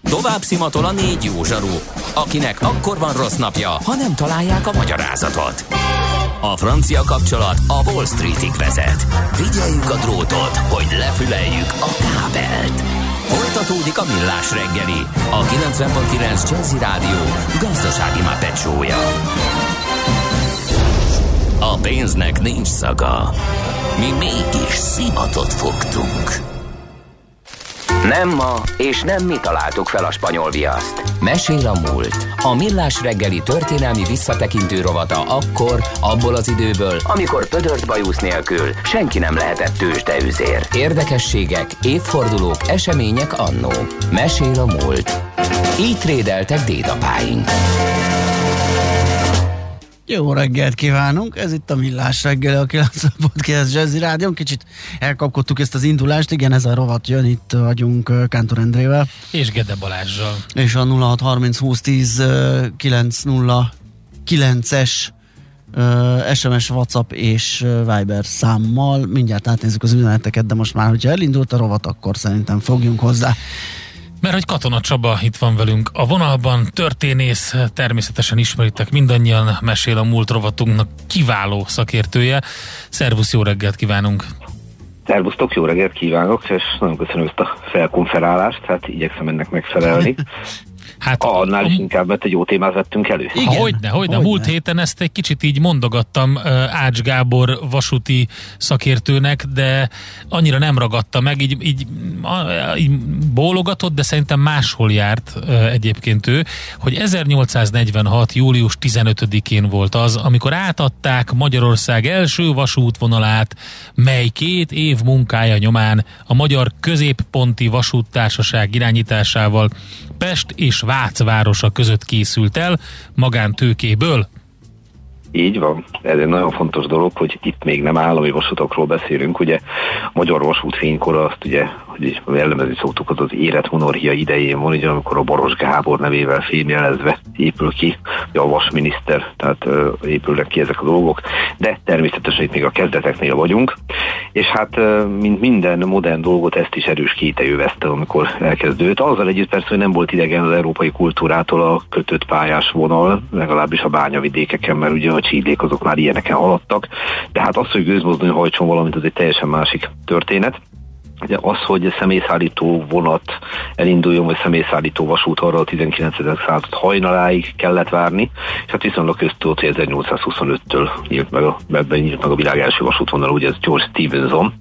Tovább szimatol a 4 jó zsaru, akinek akkor van rossz napja, ha nem találják a magyarázatot. A francia kapcsolat a Wall Streetig vezet. Figyeljük a drótot, hogy lefüleljük a kábelt. Folytatódik a Millás reggeli, a 90.9 Jazzy Rádió gazdasági mápecsója. A pénznek nincs szaga. Mi mégis szimatot fogtunk. Nem ma, és nem mi találtuk fel a spanyol viaszt. Mesél a múlt. A Millás reggeli történelmi visszatekintő rovata akkor, abból az időből, amikor pödört bajusz nélkül senki nem lehetett tőzsdeüzér. Érdekességek, évfordulók, események annó. Mesél a múlt. Így trédeltek dédapáink. Jó reggelt kívánunk, ez itt a Millás reggeli, a 90.9 Jazzy Rádión. Kicsit elkapkodtuk ezt az indulást, igen, ez a rovat jön, itt vagyunk Kántor Endrével. És Gede Balázssal. És a 0630 20 10 909-es SMS, WhatsApp és Viber számmal. Mindjárt átnézzük az üzeneteket, de most már, hogyha elindult a rovat, akkor szerintem fogjunk hozzá. Mert hogy Katona Csaba itt van velünk a vonalban, történész, természetesen ismeritek mindannyian, Mesél a múlt rovatunknak kiváló szakértője. Szervusz, jó reggelt kívánunk! Szervusztok, jó reggelt kívánok, és nagyon köszönöm ezt a felkonferálást, hát igyekszem ennek megfelelni. Hát, annál is inkább, mert egy jó témát vettünk elő. Hogyne. Múlt héten ezt egy kicsit így mondogattam Ács Gábor vasúti szakértőnek, de annyira nem ragadta meg, így bólogatott, de szerintem máshol járt egyébként ő, hogy 1846. július 15-én volt az, amikor átadták Magyarország első vasútvonalát, mely 2 év munkája nyomán a Magyar Középponti Vasúttársaság irányításával Pest és Vác városa között készült el magántőkéből. Így van. Ez egy nagyon fontos dolog, hogy itt még nem állami vasutakról beszélünk. Ugye a magyar vasút fénykora azt ugye, hogy jellemezni szoktuk, az az érett monarchia idején van, ugye, amikor a Baros Gábor nevével fémjelezve épül ki a vasminiszter, tehát épülnek ki ezek a dolgok, de természetesen itt még a kezdeteknél vagyunk, és hát mint minden modern dolgot, ezt is erős kételj övezte, amikor elkezdődött. Azzal együtt persze, hogy nem volt idegen az európai kultúrától a kötött pályás vonal, legalábbis a bányavidékeken, mert ugye a csídék azok már ilyeneken haladtak, de hát az, hogy gőzmozdony hajtson valamit, az egy teljesen másik történet. Ugye az, hogy személyszállító vonat elinduljon, vagy személyszállító vasút, arra a 19. század hajnaláig kellett várni, és hát viszonylag köztudott, hogy 1825-től nyílt meg a világ első vasútvonal, ugye ez George Stephenson.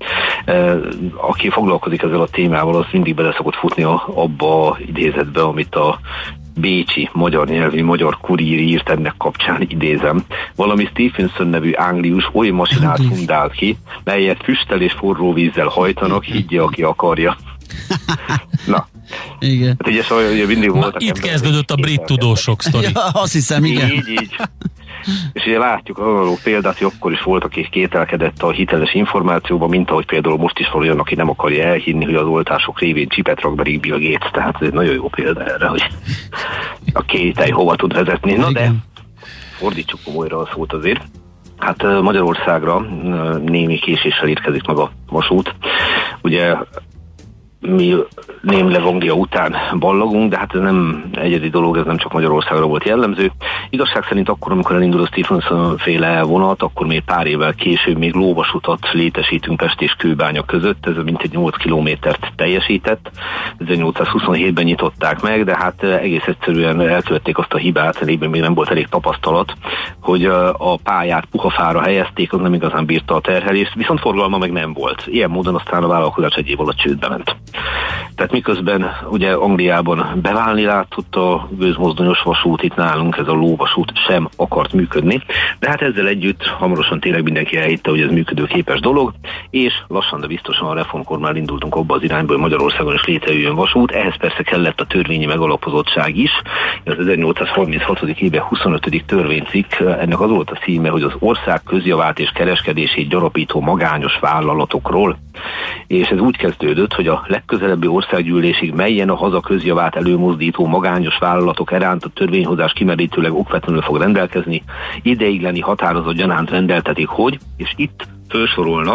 Aki foglalkozik ezzel a témával, az mindig bele szokott futni abba a idézetbe, amit a bécsi magyar nyelvű magyar kurír írt ennek kapcsán, idézem. Valami Stephenson nevű Anglius oly masinát fundált ki, melyet füsttel és forró vízzel hajtanak, higgye, aki akarja. Na. Igen. Hát ugye mindig voltak itt kezdődött a brit tudósok sztori. Ja, azt hiszem, igen. Így. És ugye látjuk a hasonló példát, hogy akkor is volt, aki kételkedett a hiteles információban, mint ahogy például most is van olyan, aki nem akarja elhinni, hogy az oltások révén csipet rak be Bill Gates. Tehát ez egy nagyon jó példa erre, hogy a kételj hova tud vezetni. Na de fordítsuk komolyra a szót azért. Hát Magyarországra némi késéssel érkezik meg a vasút. Ugye mi némileg Anglia után ballagunk, de hát ez nem egyedi dolog, ez nem csak Magyarországra volt jellemző. Igazság szerint akkor, amikor elindul a Stephenson féle vonat, akkor még pár évvel később még lóvasutat létesítünk Pest és Kőbánya között, ez mintegy 8 kilométert teljesített. 1827-ben nyitották meg, de hát egész egyszerűen elkövették azt a hibát, lében még nem volt elég tapasztalat, hogy a pályát puhafára helyezték, az nem igazán bírta a terhelést, viszont forgalma meg nem volt. Ilyen módon aztán a vállalkozás egy év alatt csődbe ment. Tehát miközben ugye Angliában beválni látott a gőzmozdonyos vasút, itt nálunk ez a lóvasút sem akart működni, de hát ezzel együtt hamarosan tényleg mindenki elhitte, hogy ez működőképes dolog, és lassan, de biztosan a reformkor már indultunk abba az irányba, hogy Magyarországon is létrejöjjön vasút, ehhez persze kellett a törvényi megalapozottság is. Az 1836. éve 25. törvénycikk, ennek az volt a címe, hogy az ország közjavát és kereskedését gyarapító magányos vállalatokról, és ez úgy kezdődött, hogy a legközelebbi országgyűlésig melyen a haza közjavát előmozdító magányos vállalatok iránt a törvényhozás kimerítőleg okvetlenül fog rendelkezni, ideigleni határozat gyanánt rendeltetik, hogy, és itt felsorolnak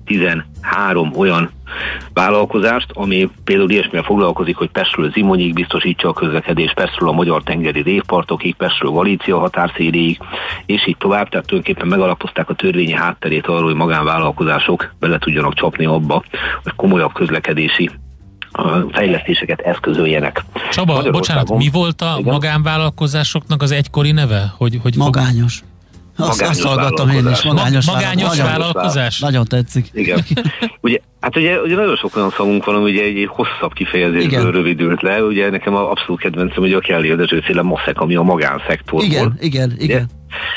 13 olyan vállalkozást, ami például ilyesmivel foglalkozik, hogy Pestről Zimonyig biztosítsa a közlekedést, Pestről a magyar tengeri révpartokig, Pestről Galícia határszéléig, és így tovább. Tehát tulajdonképpen megalapozták a törvényi hátterét arról, hogy magánvállalkozások bele tudjanak csapni abba, hogy komolyabb közlekedési fejlesztéseket eszközöljenek. Csaba, bocsánat, mi volt a magánvállalkozásoknak az egykori neve? Hogy magányos. Azt hallgattam én is. Magányos vállalkozás? Nagyon tetszik. Igen. Ugye nagyon sok olyan szavunk van, ami ugye egy hosszabb kifejezésből rövidült le. Ugye nekem abszolút kedvencem, hogy a Kelly Dezsőféle MOSZEK, ami a magánszektorból. Igen.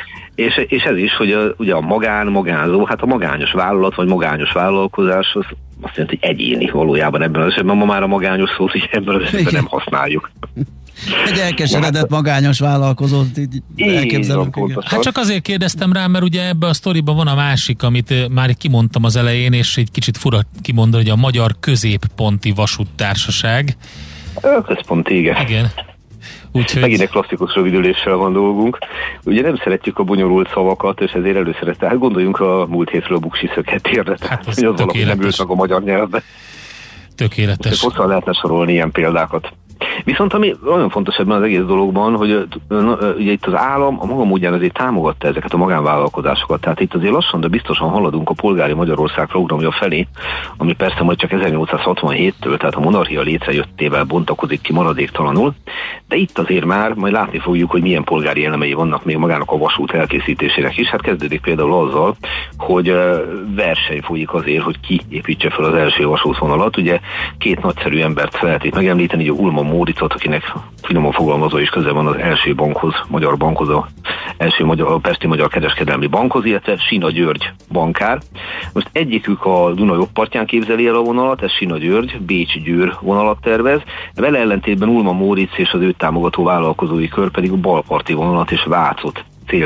És ez is, hogy ugye a magánzó, hát a magányos vállalat, vagy magányos vállalkozás, az azt jelenti, hogy egyéni valójában ebben az esetben. Ma már a magányos szót így ebben az esetben nem használjuk. Egy elkeseredett magányos vállalkozót így elképzelünk. Hát csak azért kérdeztem rá, mert ugye ebben a sztoriban van a másik, amit már kimondtam az elején, és egy kicsit fura kimondani, hogy a Magyar Középponti Vasúttársaság. Központi, igen. Úgyhogy... Megint egy klasszikus rövidüléssel van dolgunk. Ugye nem szeretjük a bonyolult szavakat, és ezért előszerette. Hát gondoljunk a múlt hétről a buksi szöketérre, hát hogy az valami nem ült meg a magyar nyelvbe. Tökéletes. Hosszan lehetne sorolni ilyen példákat. Viszont ami nagyon fontos ebben az egész dologban, hogy ugye itt az állam a maga módján azért támogatta ezeket a magánvállalkozásokat. Tehát itt azért lassan, de biztosan haladunk a Polgári Magyarország programja felé, ami persze majd csak 1867-től, tehát a monarchia létrejöttével bontakozik ki maradéktalanul, de itt azért már majd látni fogjuk, hogy milyen polgári elemei vannak még magának a vasút elkészítésének is. Hát kezdődik például azzal, hogy verseny folyik azért, hogy ki építse fel az első vasútvonalat. Ugye két nagyszerű embert szeretnék megemlíteni, ugye Ulma Móricot, akinek finoman fogalmazva is köze van az első bankhoz, magyar bankhoz, a Pesti Magyar Kereskedelmi Bankhoz, illetve Sina György bankár. Most egyikük a Duna jobb partján képzeli el a vonalat, ez Sina György, Bécs-Győr vonalat tervez, vele ellentétben Ulma Móric és az őt támogató vállalkozói kör pedig a balparti vonalat és Vácot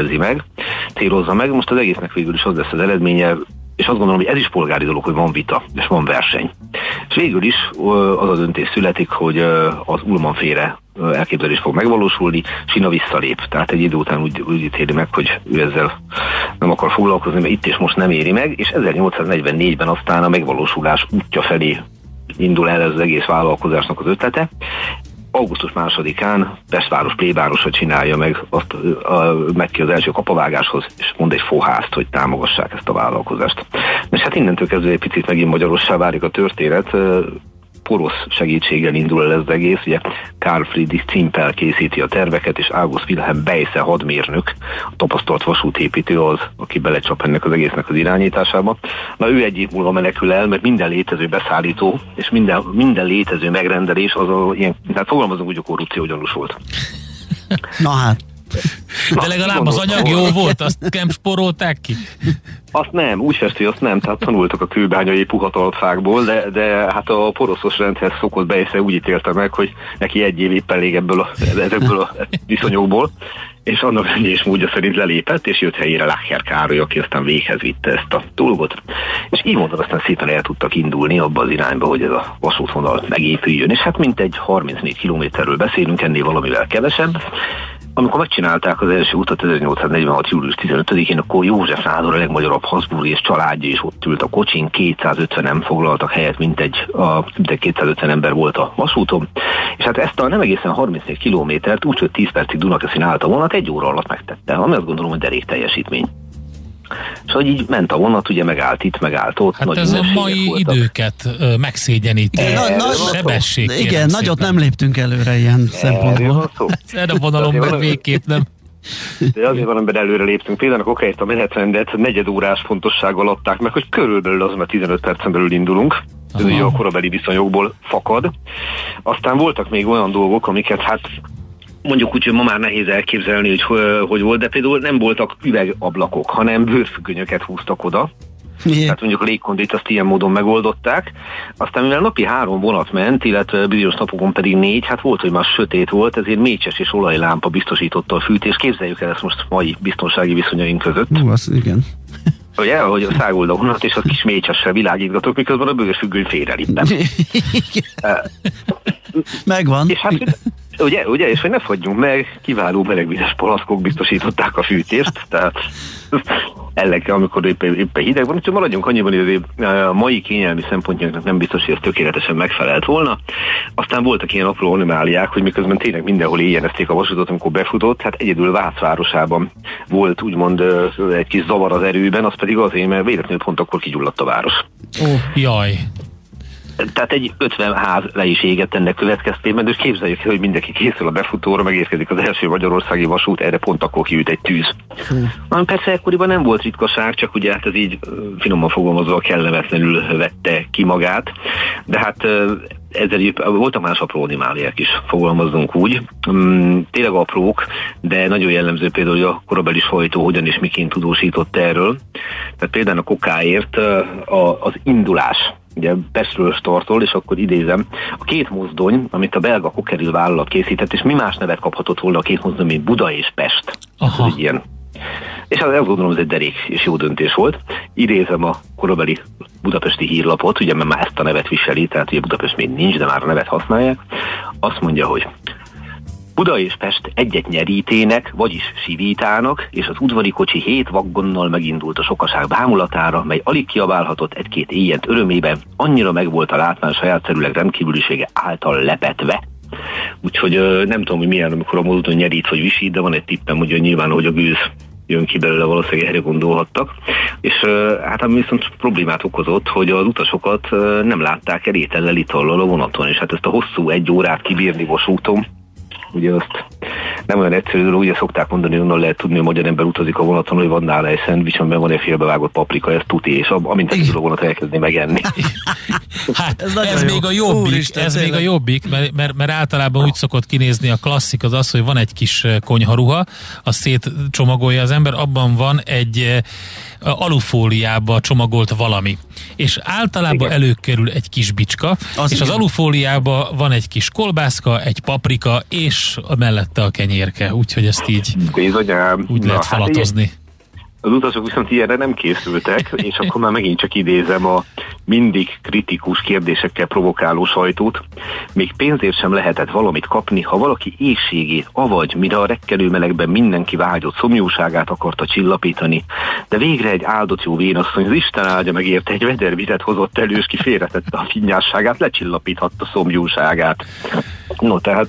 célozza meg. Most az egésznek végül is az lesz az eredménye, és azt gondolom, hogy ez is polgári dolog, hogy van vita, és van verseny. És végül is az a döntés születik, hogy az Ullmann féle elképzelés fog megvalósulni, Sina visszalép. Tehát egy idő után úgy ítéli meg, hogy ő ezzel nem akar foglalkozni, mert itt és most nem éri meg, és 1844-ben aztán a megvalósulás útja felé indul el ez az egész vállalkozásnak az ötlete. Augusztus 2-án Pestváros plébánosa csinálja meg megy ki az első kapavágáshoz, és mond egy foházt, hogy támogassák ezt a vállalkozást. És hát innentől kezdve egy picit megint magyarossá válik a történet, porosz segítséggel indul el ez az egész, ugye Karl Friedrich Zimpel készíti a terveket, és August Wilhelm Beisse hadmérnök, a tapasztalt vasútépítő az, aki belecsap ennek az egésznek az irányításába. Na ő egy év múlva menekül el, mert minden létező beszállító, és minden létező megrendelés az ilyen, tehát fogalmazunk, hogy a korrupció gyanús volt. Na hát. De legalább az anyag jó volt, azt nem spórolták ki? Azt nem, úgy festő, azt nem, tehát tanultak a kőbányai puhatalt fákból, de hát a poroszos rendhez szokott Beisse úgy ítélte meg, hogy neki egy év épp elég ezekből a viszonyokból, és annak és módja szerint lelépett, és jött helyére Lacher Károly, aki aztán véghez vitte ezt a dolgot. És így mondom, aztán szépen el tudtak indulni abba az irányba, hogy ez a vasútvonal megépüljön. És hát mintegy 34 kilométerről beszélünk, ennél valamivel kevesebb. Amikor megcsinálták az első utat 1846. július 15-én, akkor József Nádor, a legmagyarabb Habsburgi és családja is ott ült a kocsin, 250-en foglaltak helyet, mintegy 250 ember volt a vasúton, és hát ezt a nem egészen 34 kilométert, úgyhogy 10 percig Dunakeszin állt a vonat, egy óra alatt megtette, ami azt gondolom, hogy derék teljesítmény. És hogy így ment a vonat, ugye megállt itt, megállt ott. Hát ez a mai voltak. Időket megszégyeníti. Sebesség. Igen, nagyot nem léptünk előre ilyen szempontból. Erre a vonalon meg végképp nem. De azért van, amiben előre léptünk. Például okáért a menetrendet negyedórás fontossággal adták meg, hogy körülbelül az, mert 15 percen belül indulunk. Ez ugye a korabeli viszonyokból fakad. Aztán voltak még olyan dolgok, amiket hát mondjuk úgy, hogy ma már nehéz elképzelni, hogy volt, de például nem voltak üvegablakok, hanem bőrfüggönyöket húztak oda. Tehát mondjuk a légkondit azt ilyen módon megoldották. Aztán mivel napi 3 vonat ment, illetve bizonyos napokon pedig 4, hát volt, hogy már sötét volt, ezért mécses és olajlámpa biztosította a fűtést. Képzeljük el ezt most mai biztonsági viszonyaink között. Az igen. Ugye, hogy száguld a vonat, és a kis mécsesre világítgatok, miközben a bőrfüggöny félreléptem. Megvan. És hát ugye, és hogy ne fagyjunk meg, kiváló melegvizes palaszkok biztosították a fűtést, tehát amikor éppen hideg van, úgyhogy maradjunk annyiban, hogy a mai kényelmi szempontjának nem biztos, hogy ez tökéletesen megfelelt volna. Aztán voltak ilyen apró animáliák, hogy miközben tényleg mindenhol éjjenezték a vasutat, amikor befutott, hát egyedül Vác városában volt úgymond egy kis zavar az erőben, az pedig azért, mert véletlenül pont akkor kigyulladt a város. Jaj. Tehát egy 50 ház le is égett ennek következtében, és képzeljük el, hogy mindenki készül a befutóra, megérkezik az első magyarországi vasút, erre pont akkor kiüt egy tűz. Persze ekkoriban nem volt ritkaság, csak ugye hát ez így finoman fogalmazva kellemetlenül vette ki magát, de hát ezzel voltak más apró animáliák is, fogalmazzunk úgy. Tényleg aprók, de nagyon jellemző például, hogy a korabeli sajtó hogyan és miként tudósított erről. Tehát például a kokáért az indulás, ugye Pestről startol, és akkor idézem, a két mozdony, amit a belga Cockerill vállalat készített, és mi más nevet kaphatott volna a két mozdony, mint Buda és Pest. Ez egy ilyen. És azt gondolom, ez egy derék és jó döntés volt. Idézem a korabeli budapesti hírlapot, ugye mert már ezt a nevet viseli, tehát ugye Budapest még nincs, de már a nevet használják. Azt mondja, hogy Buda és Pest egyet nyerítének, vagyis sivítának, és az udvari kocsi 7 vaggonnal megindult a sokaság bámulatára, mely alig kiabálhatott egy-két éjjent örömében, annyira megvolt a látvány saját terület rendkívülisége által lepetve. Úgyhogy nem tudom, hogy milyen, amikor a mozdony nyerít vagy visít, de van egy tippem, hogy nyilván, hogy a gőz jön ki belőle, valószínűleg erre gondolhattak. És hát ami viszont problémát okozott, hogy az utasokat nem látták el étellel, itallal a vonaton, és hát ezt a hosszú 1 órát kibírni vasúton, ugye azt nem olyan egyszerű dolog, ugye szokták mondani, onnan lehet tudni, hogy magyar ember utazik a vonaton, hogy van nála egy szendvics, amiben van egy félbevágott paprika, ez tuti, és amint elindul a vonat, elkezdi megenni. Hát ez még a jobbik, úristen, ez még a jobbik, mert általában úgy szokott kinézni a klasszik az, hogy van egy kis konyharuha, azt szétcsomagolja az ember, abban van egy alufóliába csomagolt valami. És általában előkerül egy kis bicska, és az alufóliába van egy kis kolbászka, egy paprika, és mellette a kenyérke. Úgyhogy ezt így úgy lehet falatozni. Az utasok viszont ilyenre nem készültek, és akkor már megint csak idézem a mindig kritikus kérdésekkel provokáló sajtót. Még pénzért sem lehetett valamit kapni, ha valaki éhségét, avagy mire a reggelő melegben mindenki vágyott szomjúságát akarta csillapítani, de végre egy áldott jó vénasszony, az Isten áldja meg érte, egy vedervizet hozott elő, és ki félretette a finnyásságát, lecsillapíthatta szomjúságát. No, tehát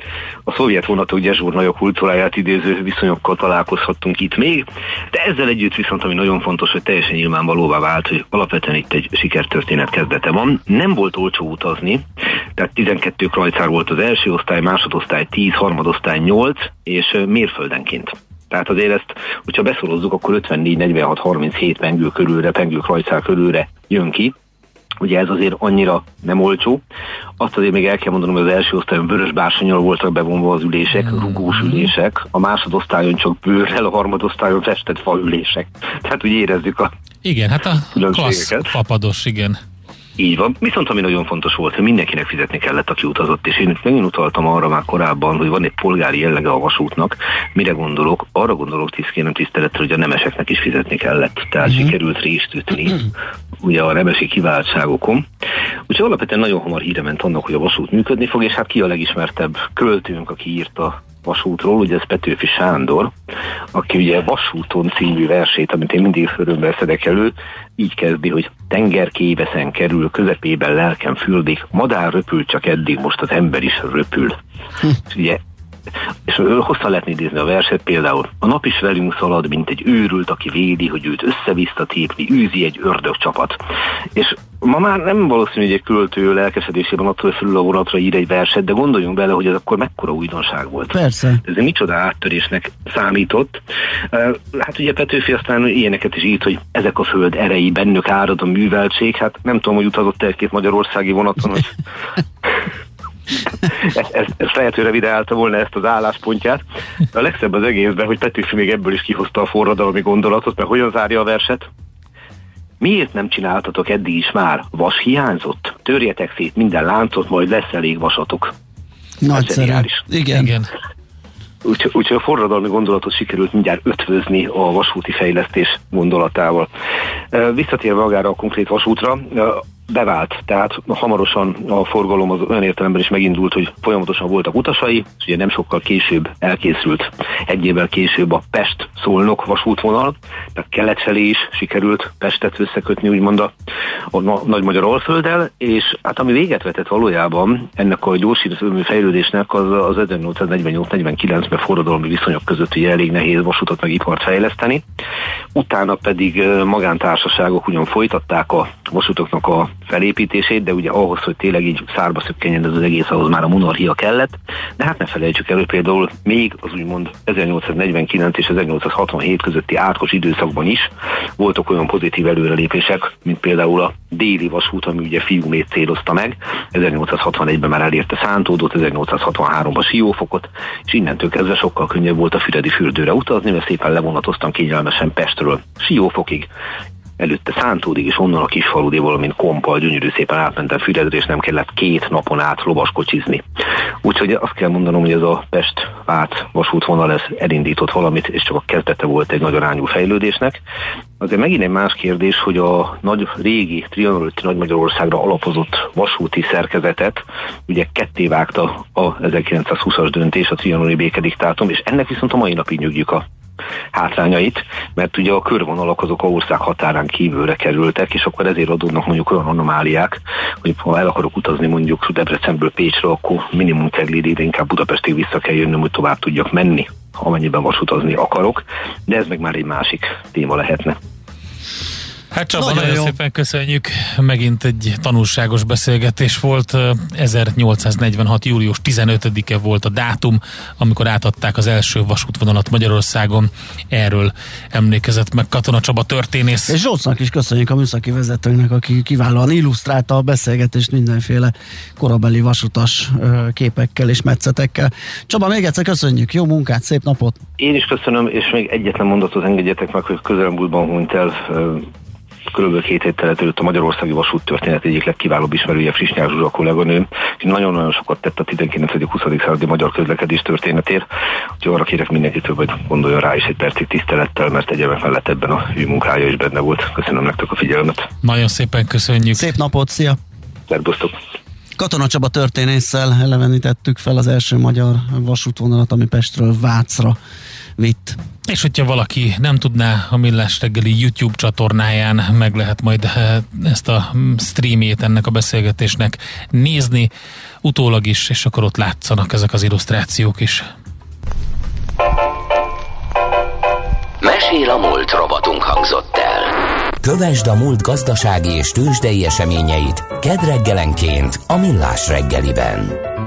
a szovjet vonatok gyezsúrnaja kultúráját idéző viszonyokkal találkozhattunk itt még, de ezzel együtt viszont, ami nagyon fontos, hogy teljesen nyilvánvalóvá vált, hogy alapvetően itt egy sikertörténet kezdete van. Nem volt olcsó utazni, tehát 12 krajcár volt az első osztály, másodosztály 10, harmadosztály 8, és mérföldenként. Tehát azért ezt, hogyha beszorozzuk, akkor 54, 46, 37 pengő krajcár körülre jön ki. Ugye ez azért annyira nem olcsó. Azt azért még el kell mondanom, hogy az első osztályon vörös bársonnyal voltak bevonva az ülések, rugós ülések, a másodosztályon csak bőrrel, a harmadosztályon festett faülések. Tehát úgy érezzük a igen, hát a klassz fapados, igen. Így van. Viszont ami nagyon fontos volt, hogy mindenkinek fizetni kellett, aki utazott, és én megint utaltam arra már korábban, hogy van egy polgári jellege a vasútnak. Mire gondolok? Arra gondolok tisztelettel, hogy a nemeseknek is fizetni kellett. Tehát sikerült részt ütni ugye a nemesi kiváltságokon. Úgyhogy alapvetően nagyon hamar híre ment annak, hogy a vasút működni fog, és hát ki a legismertebb költőnk, aki írta vasútról, ugye ez Petőfi Sándor, aki ugye Vasúton című versét, amit én mindig örömmel szedek elő, így kezdi, hogy tengerkéveszen kerül, közepében lelkem fürdik, madár röpül csak eddig, most az ember is röpül. Ugye, és hosszan lehetne idézni a verset, például a nap is velünk szalad, mint egy őrült, aki védi, hogy őt össze-vissza tépni, űzi egy ördögcsapat. És ma már nem valószínű, hogy egy költő lelkesedésében attól, hogy fölül a vonatra ír egy verset, de gondoljunk bele, hogy ez akkor mekkora újdonság volt. Persze. Ez egy micsoda áttörésnek számított. Hát ugye Petőfi aztán ilyeneket is írt, hogy ezek a föld erei, bennük árad a műveltség. Hát nem tudom, hogy utazott el két magyarországi vonaton, hogy ez lehet, hogy revideálta volna ezt az álláspontját. A legszebb az egészben, hogy Petőfi még ebből is kihozta a forradalmi gondolatot, mert hogyan zárja a verset? Miért nem csináltatok eddig is már? Vas hiányzott? Törjetek szét minden láncot, majd lesz elég vasatok. Nagyszerű. Igen. Úgyhogy a forradalmi gondolatot sikerült mindjárt ötvözni a vasúti fejlesztés gondolatával. Visszatérve magára a konkrét vasútra, bevált, tehát hamarosan a forgalom az olyan értelemben is megindult, hogy folyamatosan voltak utasai, és ugye nem sokkal később elkészült, egy évvel később a Pest-Szolnok vasútvonal, tehát kelet felé is sikerült Pestet összekötni, úgymond a Nagy-Magyar-Alfölddel, és hát ami véget vetett valójában ennek a gyorsító fejlődésnek az 1848-49-ben forradalmi viszonyok között ugye elég nehéz vasutat meg ipart fejleszteni. Utána pedig magántársaságok ugyan folytatták a vasutoknak a felépítését, de ugye ahhoz, hogy tényleg így szárba szökkenjen ez az egész, ahhoz már a monarchia kellett, de hát ne felejtsük el, hogy például még az úgymond 1849 és 1867 közötti átkos időszakban is voltak olyan pozitív előrelépések, mint például a déli vasút, ami ugye Fiumét célozta meg, 1861-ben már elérte Szántódot, 1863-ban Siófokot, és innentől kezdve sokkal könnyebb volt a Füredi fürdőre utazni, mert szépen levonatoztam kényelmesen Pestről Siófokig, előtte Szántódig, és onnan a kisfaludi, valamint Kompal gyönyörű szépen átmentem Füredre, és nem kellett 2 napon át lovaskocsizni. Úgyhogy azt kell mondanom, hogy ez a Pest-Vác vasútvonal ez elindított valamit, és csak a kezdete volt egy nagy arányú fejlődésnek. Azért megint egy más kérdés, hogy a régi Trianon előtti Nagy-Magyarországra alapozott vasúti szerkezetet ugye ketté vágta a 1920-as döntés, a trianoni békediktátum, és ennek viszont a mai napig nyugjuk a hátrányait, mert ugye a körvonalak azok a ország határán kívülre kerültek, és akkor ezért adódnak mondjuk olyan anomáliák, hogy ha el akarok utazni mondjuk Debrecenből Pécsre, akkor minimum Cegléd, de inkább Budapestig vissza kell jönnöm, hogy tovább tudjak menni, amennyiben vasutazni akarok, de ez meg már egy másik téma lehetne. Hát Csaba, nagyon szépen köszönjük. Megint egy tanulságos beszélgetés volt. 1846. július 15-e volt a dátum, amikor átadták az első vasútvonalat Magyarországon. Erről emlékezett meg Katona Csaba történész. És Zsolcnak is köszönjük, a műszaki vezetőnek, aki kiválóan illusztrálta a beszélgetést mindenféle korabeli vasutas képekkel és metszetekkel. Csaba, még egyszer köszönjük, jó munkát, szép napot! Én is köszönöm, és még egyetlen mondatot engedjetek meg, hogy közelmúltban hunyt el körülbelül 2 héttel ezelőtt a magyarországi vasúttörténet egyik legkiválóbb ismerője, Frischnyák Zsuzsa kolléganő, és nagyon-nagyon sokat tett a 19.-20. századi magyar közlekedés történetért, úgyhogy arra kérek mindenkitől, hogy gondoljon rá is egy percig tisztelettel, mert egyebek mellett ebben a ő munkája is benne volt. Köszönöm nektek a figyelmet. Nagyon szépen köszönjük. Szép napot, szia! Szerbusztok! Katona Csaba történésszel elevenítettük fel az első magyar vasútvonalat, ami Pestről Vácra vitt. És hogyha valaki nem tudná, a Millás reggeli YouTube csatornáján meg lehet majd ezt a streamjét ennek a beszélgetésnek nézni utólag is, és akkor ott látszanak ezek az illusztrációk is. Mesél a múlt robotunk hangzott el. Kövesd a múlt gazdasági és tőzsdei eseményeit kedd reggelenként a Millás reggeliben.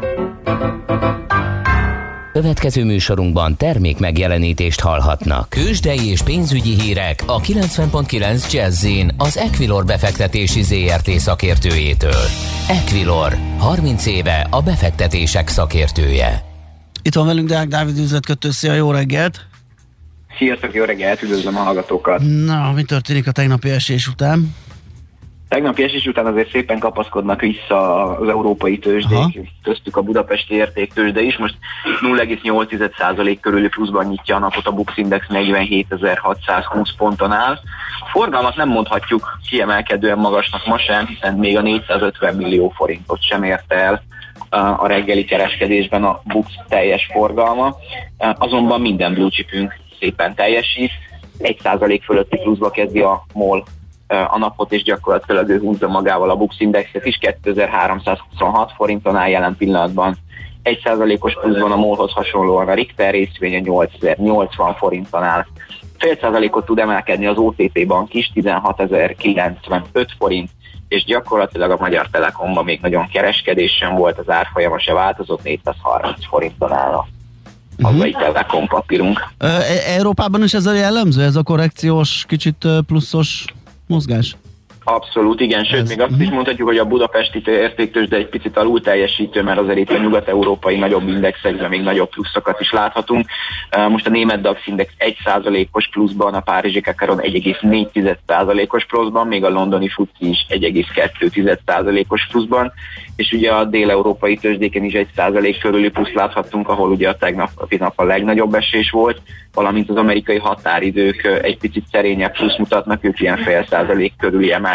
Következő műsorunkban termék megjelenítést hallhatnak. Tőzsdei és pénzügyi hírek a 90.9 Jazz-in az Equilor befektetési ZRT szakértőjétől. Equilor, 30 éve a befektetések szakértője. Itt van velünk Deák Dávid üzletkötő, szia, jó reggelt! Sziasztok, jó reggelt, üdvözlöm a hallgatókat! Na, mi történik a tegnapi esés után? Tegnapi esés után azért szépen kapaszkodnak vissza az európai tőzsdék, köztük a budapesti értéktőzsde is. Most 0,8% körüli pluszban nyitja a napot, a Bux Index 47.620 ponton áll. A forgalmat nem mondhatjuk kiemelkedően magasnak ma sem, hiszen még a 450 millió forintot sem érte el a reggeli kereskedésben a Bux teljes forgalma. Azonban minden blue chipünk szépen teljesít. 1% fölötti pluszba kezdi a MOL a napot, és gyakorlatilag ő húzza magával a Bux Indexet is, 2326 forinton áll jelen pillanatban. 1%-os pluszban a MOL-hoz hasonlóan a Richter részvénye 8080 forinton áll. 0,5%-ot tud emelkedni az OTP Bank is, 16.095 forint, és gyakorlatilag a Magyar Telekomban még nagyon kereskedés sem volt, az árfolyama se változott, 430 forinton áll a hazai Telekom papírunk. Európában is ez a jellemző, ez a korrekciós, kicsit pluszos mozgás? Abszolút, igen, sőt, még azt is mondhatjuk, hogy a budapesti értéktőzsde egy picit alul teljesítő, mert azért itt a nyugat-európai nagyobb indexekben még nagyobb pluszokat is láthatunk. Most a német DAX index 1%-os pluszban, a párizsi Kakaron 1,4%-os pluszban, még a londoni FTSE is 1,2%-os pluszban, és ugye a dél-európai tőzsdéken is 1% körüli plusz láthattunk, ahol ugye a tegnapi nap a legnagyobb esés volt, valamint az amerikai határidők egy picit szerényebb plusz mutatnak, ők ilyen 0,5% körüli emelkedés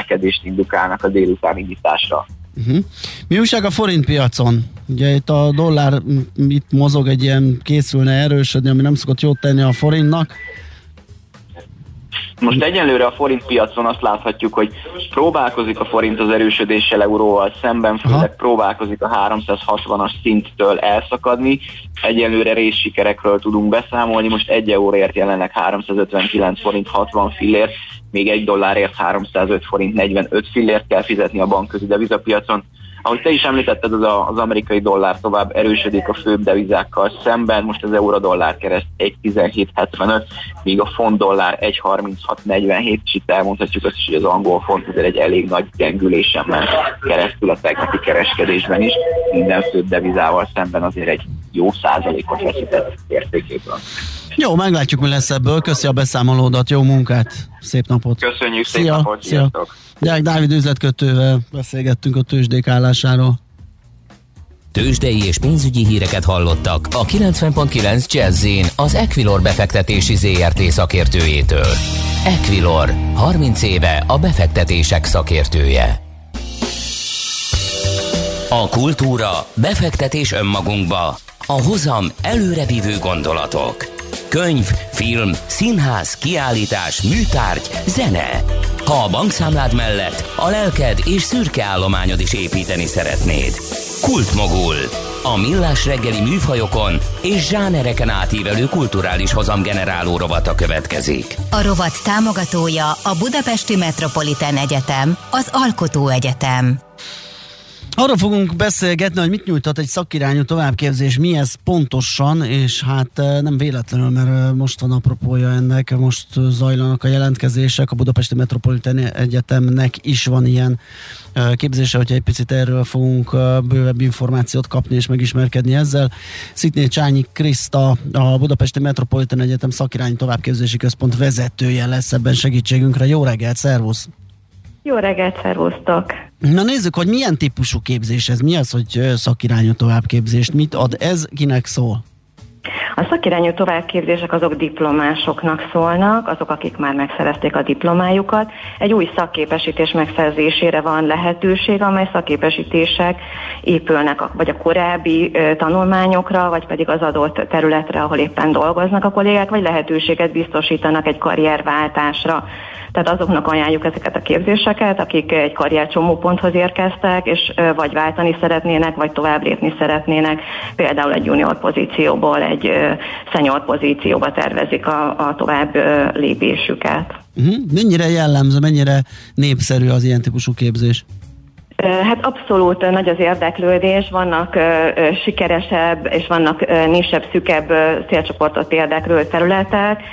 emelkedést indukálnak a délutáni nyitásra. Mi újság a forint piacon? Ugye itt a dollár itt mozog, egy ilyen készülne erősödni, ami nem szokott jót tenni a forintnak. Most egyenlőre a forint piacon azt láthatjuk, hogy próbálkozik a forint az erősödéssel euróval szemben, főleg próbálkozik a 360-as szinttől elszakadni. Egyenlőre részsikerekről tudunk beszámolni, most 1 euróért jelenleg 359 forint 60 fillért, még 1 dollárért 305 forint 45 fillért kell fizetni a bankközi devizapiacon. Ahogy te is említetted, az amerikai dollár tovább erősödik a főbb devizákkal szemben, most az euró-dollár kereszt 1,1775, míg a font-dollár 1,3647, és itt elmondhatjuk azt is, hogy az angol font azért egy elég nagy gyengülésen ment keresztül a tegnapi kereskedésben is, minden főbb devizával szemben azért egy jó százalékot veszített értékéből. Jó, meglátjuk, mi lesz ebből. Köszi a beszámolódat, jó munkát, szép napot! Köszönjük, szép napot, sziasztok! Deák Dávid üzletkötővel beszélgettünk a tőzsdék állásáról. Tőzsdei és pénzügyi híreket hallottak a 90.9 Jazz-in az Equilor befektetési ZRT szakértőjétől. Equilor, 30 éve a befektetések szakértője. A kultúra, befektetés önmagunkba, a hozam előrevívő gondolatok. Könyv, film, színház, kiállítás, műtárgy, zene. Ha a bankszámlád mellett a lelked és szürke állományod is építeni szeretnéd. Kultmogul. A millás reggeli műfajokon és zsánereken átívelő kulturális hozamgeneráló rovata következik. A rovat támogatója a Budapesti Metropolitán Egyetem, az Alkotó Egyetem. Arra fogunk beszélgetni, hogy mit nyújtott egy szakirányú továbbképzés, mi ez pontosan, és hát nem véletlenül, mert most van apropója ennek, most zajlanak a jelentkezések, a Budapesti Metropolitán Egyetemnek is van ilyen képzése, hogyha egy picit erről fogunk bővebb információt kapni és megismerkedni ezzel. Szitné Csányi Kriszta, a Budapesti Metropolitán Egyetem szakirányú továbbképzési központ vezetője lesz ebben segítségünkre. Jó reggelt, szervusz! Jó reggelt, szervusztok! Na nézzük, hogy milyen típusú képzés ez, mi az, hogy szakirányú továbbképzést, mit ad ez, kinek szól? A szakirányú továbbképzések azok diplomásoknak szólnak, azok, akik már megszerezték a diplomájukat. Egy új szakképesítés megszerzésére van lehetőség, amely szakképesítések épülnek vagy a korábbi tanulmányokra, vagy pedig az adott területre, ahol éppen dolgoznak a kollégák, vagy lehetőséget biztosítanak egy karrierváltásra. Tehát azoknak ajánljuk ezeket a képzéseket, akik egy karriercsomóponthoz érkeztek, és vagy váltani szeretnének, vagy tovább lépni szeretnének, például egy junior pozícióból egy senior pozícióba tervezik a tovább lépésüket. Mennyire jellemző, mennyire népszerű az ilyen típusú képzés? Hát abszolút nagy az érdeklődés, vannak sikeresebb és vannak nisebb, szükebb célcsoportot érdeklő területek.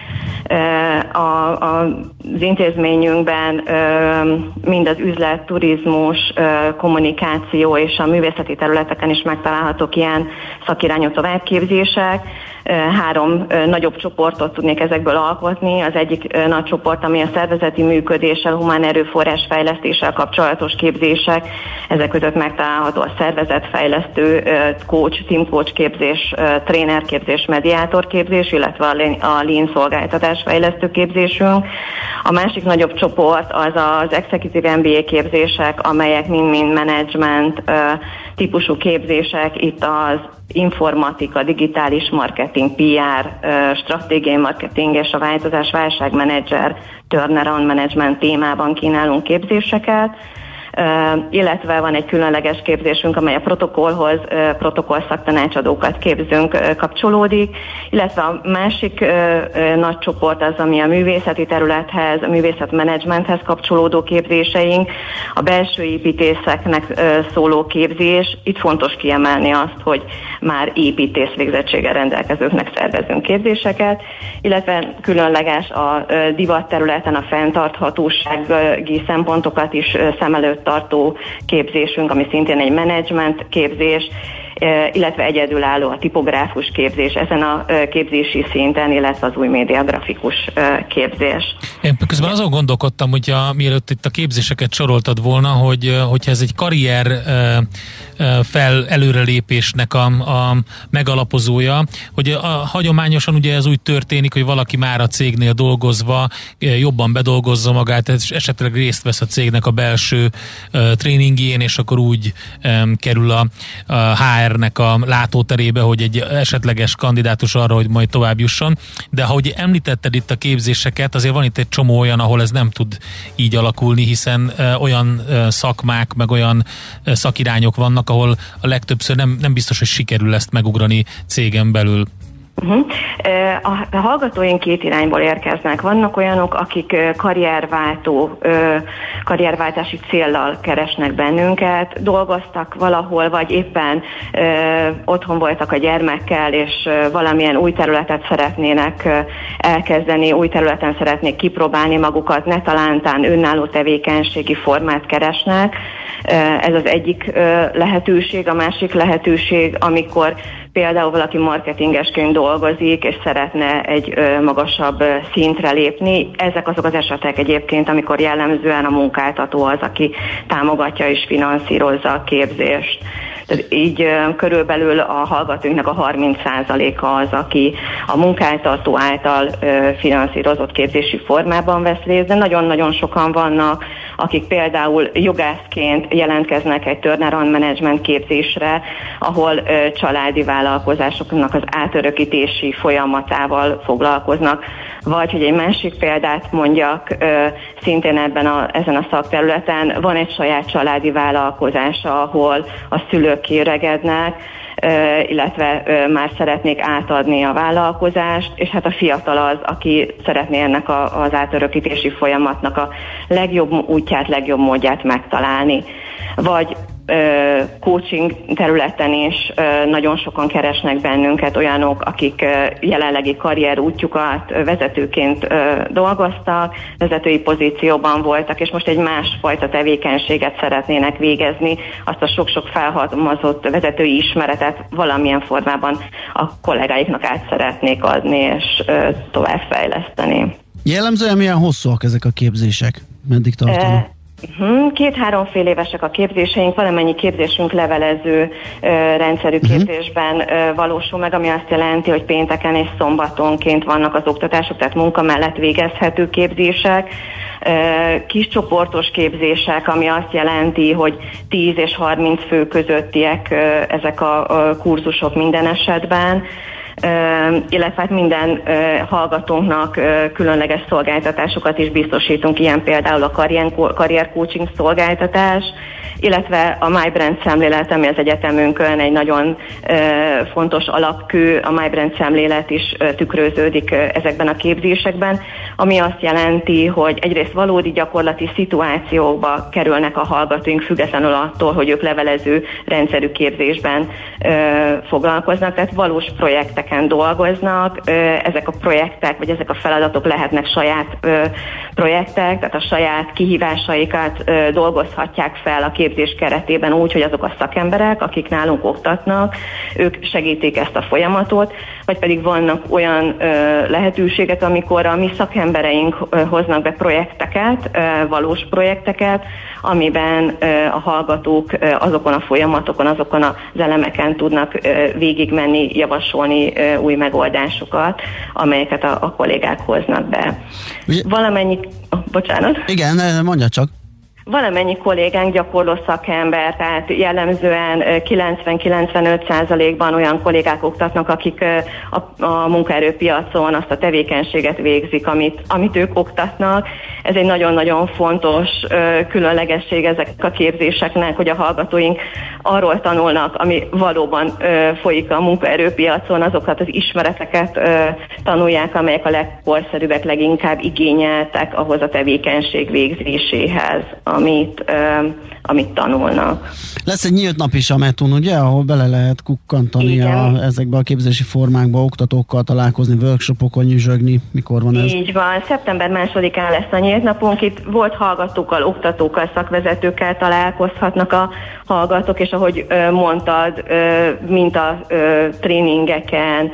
Az intézményünkben mind az üzlet, turizmus, kommunikáció és a művészeti területeken is megtalálhatók ilyen szakirányú továbbképzések. 3 nagyobb csoportot tudnék ezekből alkotni. Az egyik nagy csoport, ami a szervezeti működéssel, humán erőforrás fejlesztéssel kapcsolatos képzések. Ezek között megtalálható a szervezetfejlesztő, coach, team coach képzés, trénerképzés, mediátorképzés, illetve a lean szolgáltatásfejlesztő képzésünk. A másik nagyobb csoport az az Executive MBA képzések, amelyek mind-mind management típusú képzések. Itt az informatika, digitális marketing, PR, stratégiai marketing és a változás válságmenedzser, turnaround management témában kínálunk képzéseket, illetve van egy különleges képzésünk, amely a protokollhoz, protokoll szaktanácsadókat képzünk, kapcsolódik, illetve a másik nagy csoport az, ami a művészeti területhez, a művészetmenedzsmenthez kapcsolódó képzéseink, a belső építészeknek szóló képzés. Itt fontos kiemelni azt, hogy már építész végzettséggel rendelkezőknek szervezünk képzéseket, illetve különleges a divat területen a fenntarthatósági szempontokat is szem előtt tartó képzésünk, ami szintén egy menedzsment képzés, illetve egyedülálló a tipográfus képzés ezen a képzési szinten, illetve az új média grafikus képzés. Én közben azon gondolkodtam, hogy mielőtt itt a képzéseket soroltad volna, hogyha ez egy karrier előrelépésnek a megalapozója, hogy hagyományosan ugye ez úgy történik, hogy valaki már a cégnél dolgozva jobban bedolgozza magát, esetleg részt vesz a cégnek a belső tréningjén, és akkor úgy kerül a HR-nek a látóterébe, hogy egy esetleges kandidátus arra, hogy majd tovább jusson. De ahogy említetted itt a képzéseket, azért van itt egy csomó olyan, ahol ez nem tud így alakulni, hiszen olyan szakmák, meg olyan szakirányok vannak, ahol a legtöbbször nem biztos, hogy sikerül ezt megugrani cégen belül. A hallgatóink két irányból érkeznek. Vannak olyanok, akik karrierváltási céllal keresnek bennünket, dolgoztak valahol, vagy éppen otthon voltak a gyermekkel, és valamilyen új területet szeretnének elkezdeni, új területen szeretnék kipróbálni magukat, ne talántán önálló tevékenységi formát keresnek. Ez az egyik lehetőség. A másik lehetőség, amikor például valaki marketingesként dolgozik, és szeretne egy magasabb szintre lépni. Ezek azok az esetek egyébként, amikor jellemzően a munkáltató az, aki támogatja és finanszírozza a képzést. Tehát így körülbelül a hallgatóinknak a 30%-a az, aki a munkáltató által finanszírozott képzési formában vesz részt, de nagyon-nagyon sokan vannak, akik például jogászként jelentkeznek egy turnaround management képzésre, ahol családi vállalkozásoknak az átörökítési folyamatával foglalkoznak. Vagy, hogy egy másik példát mondjak, szintén ezen a szakterületen van egy saját családi vállalkozása, ahol a szülők kiöregednek, illetve már szeretnék átadni a vállalkozást, és hát a fiatal az, aki szeretné ennek az átörökítési folyamatnak a legjobb útját, legjobb módját megtalálni. Vagy coaching területen is nagyon sokan keresnek bennünket olyanok, akik jelenlegi karrier útjukat vezetőként dolgoztak, vezetői pozícióban voltak, és most egy másfajta tevékenységet szeretnének végezni, azt a sok-sok felhalmozott vezetői ismeretet valamilyen formában a kollégáiknak át szeretnék adni, és továbbfejleszteni. Jellemzően milyen hosszúak ezek a képzések? Meddig tartanak? 2-3 fél évesek a képzéseink, valamennyi képzésünk levelező rendszerű képzésben valósul meg, ami azt jelenti, hogy pénteken és szombatonként vannak az oktatások, tehát munka mellett végezhető képzések, kis csoportos képzések, ami azt jelenti, hogy 10 és 30 fő közöttiek ezek a kurzusok minden esetben, illetve hát minden hallgatónknak különleges szolgáltatásokat is biztosítunk, ilyen például a karrier coaching szolgáltatás, illetve a MyBrand szemlélet, ami az egyetemünkön egy nagyon fontos alapkő, a MyBrand szemlélet is tükröződik ezekben a képzésekben, ami azt jelenti, hogy egyrészt valódi gyakorlati szituációkba kerülnek a hallgatóink, függetlenül attól, hogy ők levelező rendszerű képzésben foglalkoznak, tehát valós projekteken dolgoznak. Ezek a projektek, vagy ezek a feladatok lehetnek saját projektek, tehát a saját kihívásaikat dolgozhatják fel a képzés keretében úgy, hogy azok a szakemberek, akik nálunk oktatnak, ők segítik ezt a folyamatot, vagy pedig vannak olyan lehetőségek, amikor a mi szakembereink hoznak be projekteket, valós projekteket, amiben a hallgatók azokon a folyamatokon, azokon az elemeken tudnak végigmenni, javasolni új megoldásosokat, amelyeket a kollégák hoznak be. Valamennyi... bocsánat. Igen, mondja csak. Valamennyi kollégánk gyakorló szakember, tehát jellemzően 90-95%-ban olyan kollégák oktatnak, akik a munkaerőpiacon azt a tevékenységet végzik, amit ők oktatnak. Ez egy nagyon-nagyon fontos különlegesség ezek a képzéseknek, hogy a hallgatóink arról tanulnak, ami valóban folyik a munkaerőpiacon, azokat az ismereteket tanulják, amelyek a legkorszerűbbek, leginkább igényeltek ahhoz a tevékenység végzéséhez, amit tanulnak. Lesz egy nyílt nap is a Metun, ugye, ahol bele lehet kukkantani ezekbe a képzési formákba, oktatókkal találkozni, workshopokon nyüzsögni. Mikor van ez? Így van, szeptember 2-án lesz a nyílt napunk, itt volt hallgatókkal, oktatókkal, szakvezetőkkel találkozhatnak a hallgatók, és ahogy mondtad, mint a tréningeken,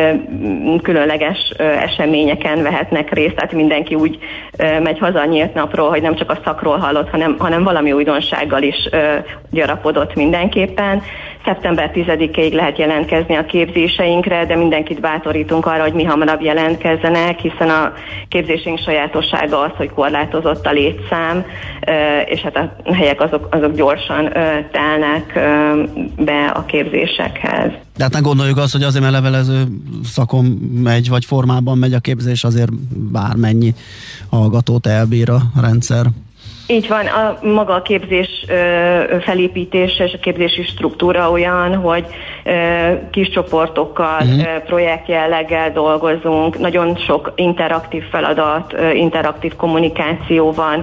különleges eseményeken vehetnek részt, tehát mindenki úgy megy haza a nyílt napról, hogy nem csak a szakról hallott, hanem valami újdonsággal is gyarapodott mindenképpen. Szeptember 10-ig lehet jelentkezni a képzéseinkre, de mindenkit bátorítunk arra, hogy mi hamarabb jelentkezzenek, hiszen a képzésünk sajátossága az, hogy korlátozott a létszám, és hát a helyek azok gyorsan telnek be a képzésekhez. De hát ne gondoljuk azt, hogy azért, mert levelező szakon megy, vagy formában megy a képzés, azért bármennyi hallgatót elbír a rendszer. Így van, maga a képzés felépítése és a képzési struktúra olyan, hogy kis csoportokkal, projektjelleggel dolgozunk, nagyon sok interaktív feladat, interaktív kommunikáció van,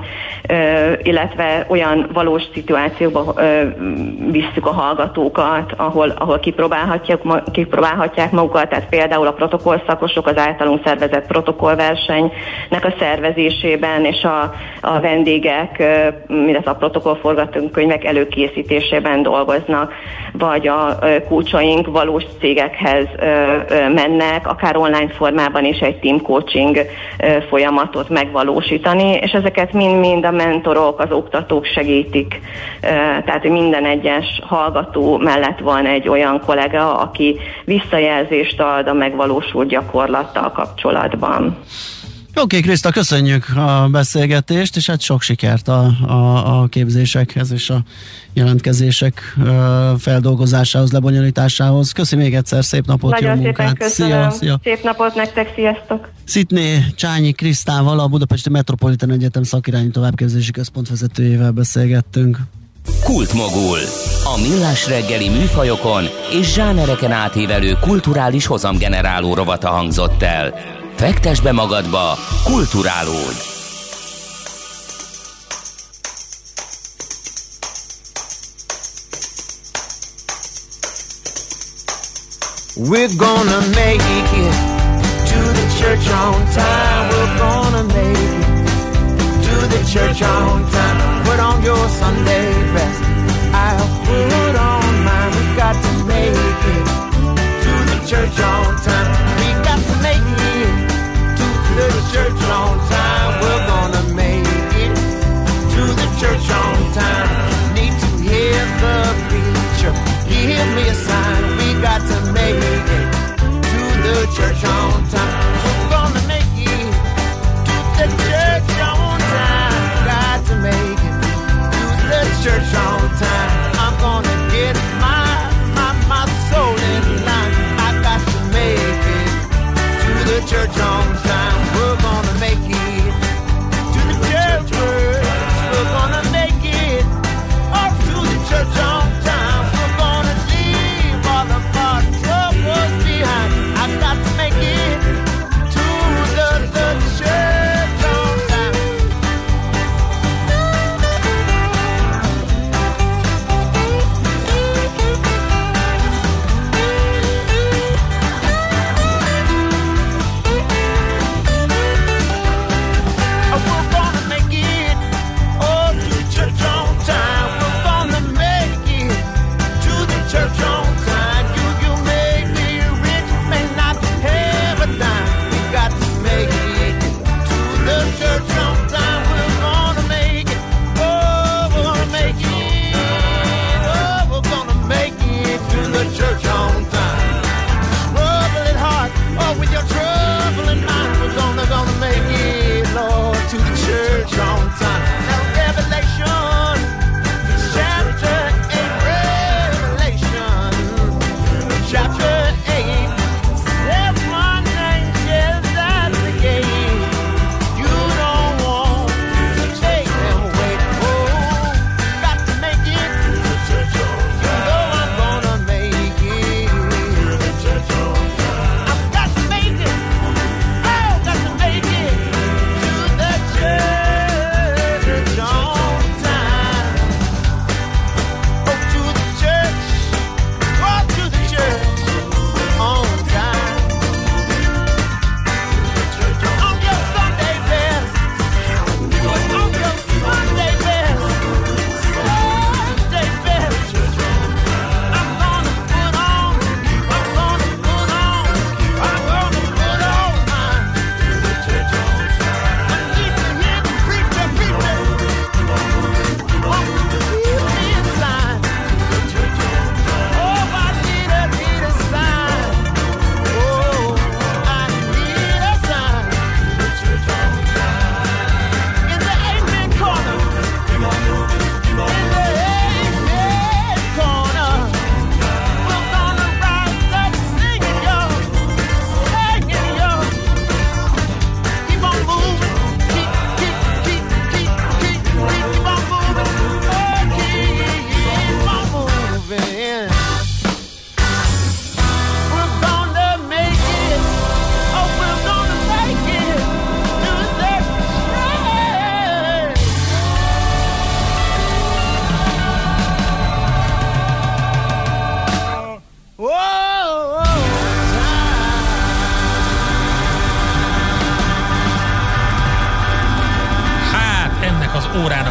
illetve olyan valós szituációba visszük a hallgatókat, ahol kipróbálhatják magukat, tehát például a protokollszakosok az általunk szervezett protokollversenynek a szervezésében, és a vendégek, illetve a protokollforgatókönyvek előkészítésében dolgoznak, vagy a kulcsaink valós cégekhez mennek, akár online formában is egy team coaching folyamatot megvalósítani, és ezeket mind-mind a mentorok, az oktatók segítik. Tehát minden egyes hallgató mellett van egy olyan kollega, aki visszajelzést ad a megvalósult gyakorlattal kapcsolatban. Oké, Kriszta, köszönjük a beszélgetést, és hát sok sikert a képzésekhez és a jelentkezések feldolgozásához, lebonyolításához. Köszi még egyszer, szép napot, nagyon jó munkát! Nagyon szépen köszönöm, szia. Szép napot nektek, sziasztok! Szitné Csányi Krisztával, a Budapesti Metropolitan Egyetem szakirányú továbbképzési központ vezetőjével beszélgettünk. Kultmogul. A millás reggeli műfajokon és zsánereken átívelő kulturális hozamgeneráló rovata hangzott el. Fektesd be magadba, kulturálódj! We're gonna make it to the church on time. We're gonna make it to the church on time. Put on your Sunday best, I'll put on mine. We got to make it to the church on time. We got to make it to the church on time. We're gonna make it to the church on time. Need to hear the preacher give me a sign. We got to make it to the church on time. We're gonna make it to the church on time. Got to make it to the church on time. I'm gonna get my soul in line. I got to make it to the church on time. We're gonna make it to the church. We're gonna make it up to the church on time. We're gonna leave all of our troubles behind. I got to make it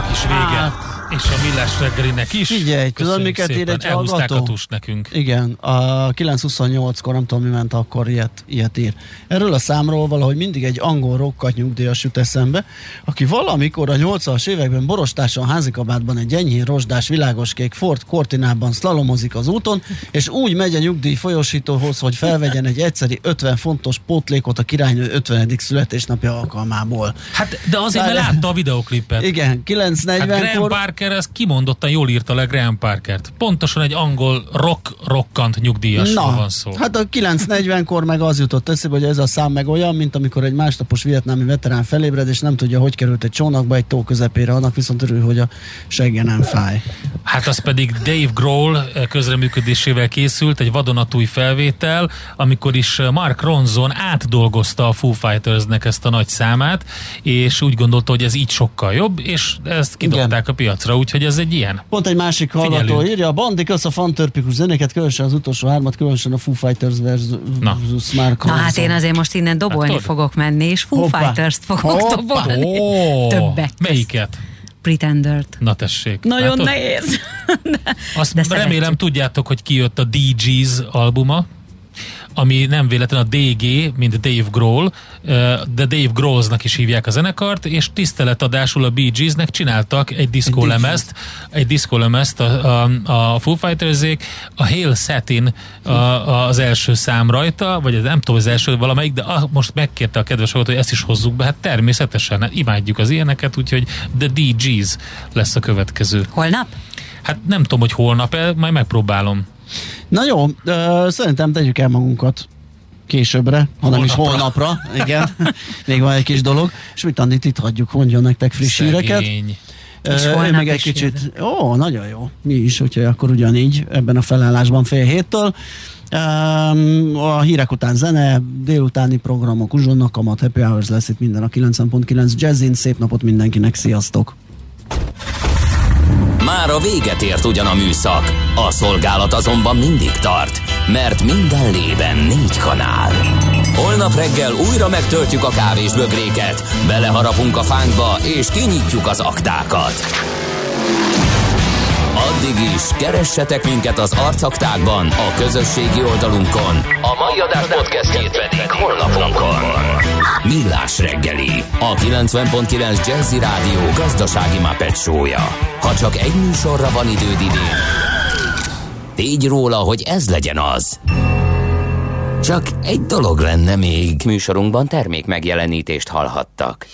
Annak is vége. És a Millás reggelinek is. Figyelj, tudod, miket ír egy hallgató? Nekünk. Igen, a 9.28-kor, nem tudom, mi ment akkor, ilyet ír. Erről a számról valahogy mindig egy angol rokkat nyugdíjas jut eszembe, aki valamikor a 80-as években borostáson házikabátban egy enyhén rozsdás világoskék Ford Cortinában szlalomozik az úton, és úgy megy a nyugdíj folyosítóhoz, hogy felvegyen egy egyszeri 50 fontos pótlékot a királynő 50. születésnapja alkalmából. Hát, de azért, mert látta a videoklipet. Igen, 9.40-kor... Parker, ez kimondottan jól írta le Graham Parkert. Pontosan egy angol rokkant nyugdíjasról van szó. Hát a 9.40-kor meg az jutott eszébe, hogy ez a szám meg olyan, mint amikor egy másnapos vietnámi veterán felébred, és nem tudja, hogy került egy csónakba egy tó közepére, annak viszont örül, hogy a segge nem fáj. Hát az pedig Dave Grohl közreműködésével készült, egy vadonatúj felvétel, amikor is Mark Ronson átdolgozta a Foo Fightersnek ezt a nagy számát, és úgy gondolta, hogy ez így sokkal jobb, és ezt kidobták a piacra, úgyhogy ez egy ilyen. Pont egy másik hallgató írja, a Bandik az a fantörpikus zenéket, különösen az utolsó hármat, különösen a Foo Fighters versus Mark Ronson. Na hát én azért most innen dobolni fogok menni, és Foo Fighters-t fogok dobolni. Többet. Melyiket? Pretendert. Na tessék. Nagyon nehéz. Azt remélem tudjátok, hogy kijött a DGs albuma, ami nem véletlen a DG, mint Dave Grohl, de Dave Grohlsnak is hívják a zenekart, és tiszteletadásul a Bee Geesnek csináltak egy diszkólemezt a Foo Fighters-ék, a Hail Satin az első szám rajta, vagy nem tudom, az első valamelyik, de most megkérte a kedves hallgató, hogy ezt is hozzuk be, hát természetesen, imádjuk az ilyeneket, úgyhogy The DGs lesz a következő. Holnap? Hát nem tudom, hogy holnap, majd megpróbálom. Na jó, szerintem tegyük el magunkat későbbre, hanem is holnapra. Igen, még van egy kis dolog. És mit Andit itt hagyjuk, mondjon nektek friss híreket. És holnap még egy kicsit. Ó, nagyon jó. Mi is, úgyhogy akkor ugyanígy ebben a felállásban 6:30-től. A hírek után zene, délutáni programok, uzsonnak kamat, Happy Hours lesz itt minden a 90.9 Jazzin. Szép napot mindenkinek, sziasztok! Már a véget ért ugyan a műszak, a szolgálat azonban mindig tart, mert minden lében 4 kanál. Holnap reggel újra megtöltjük a kávésbögréket, beleharapunk a fánkba és kinyitjuk az aktákat. Addig is keressetek minket az arcaktákban, a közösségi oldalunkon, a mai adás podcastjét pedig honlapunkon. Millás reggeli, a 90.9 Jazzy Rádió gazdasági Muppet show-ja. Ha csak egy műsorra van időd idén, tégy róla, hogy ez legyen az. Csak egy dolog lenne még. Műsorunkban termék megjelenítést hallhattak.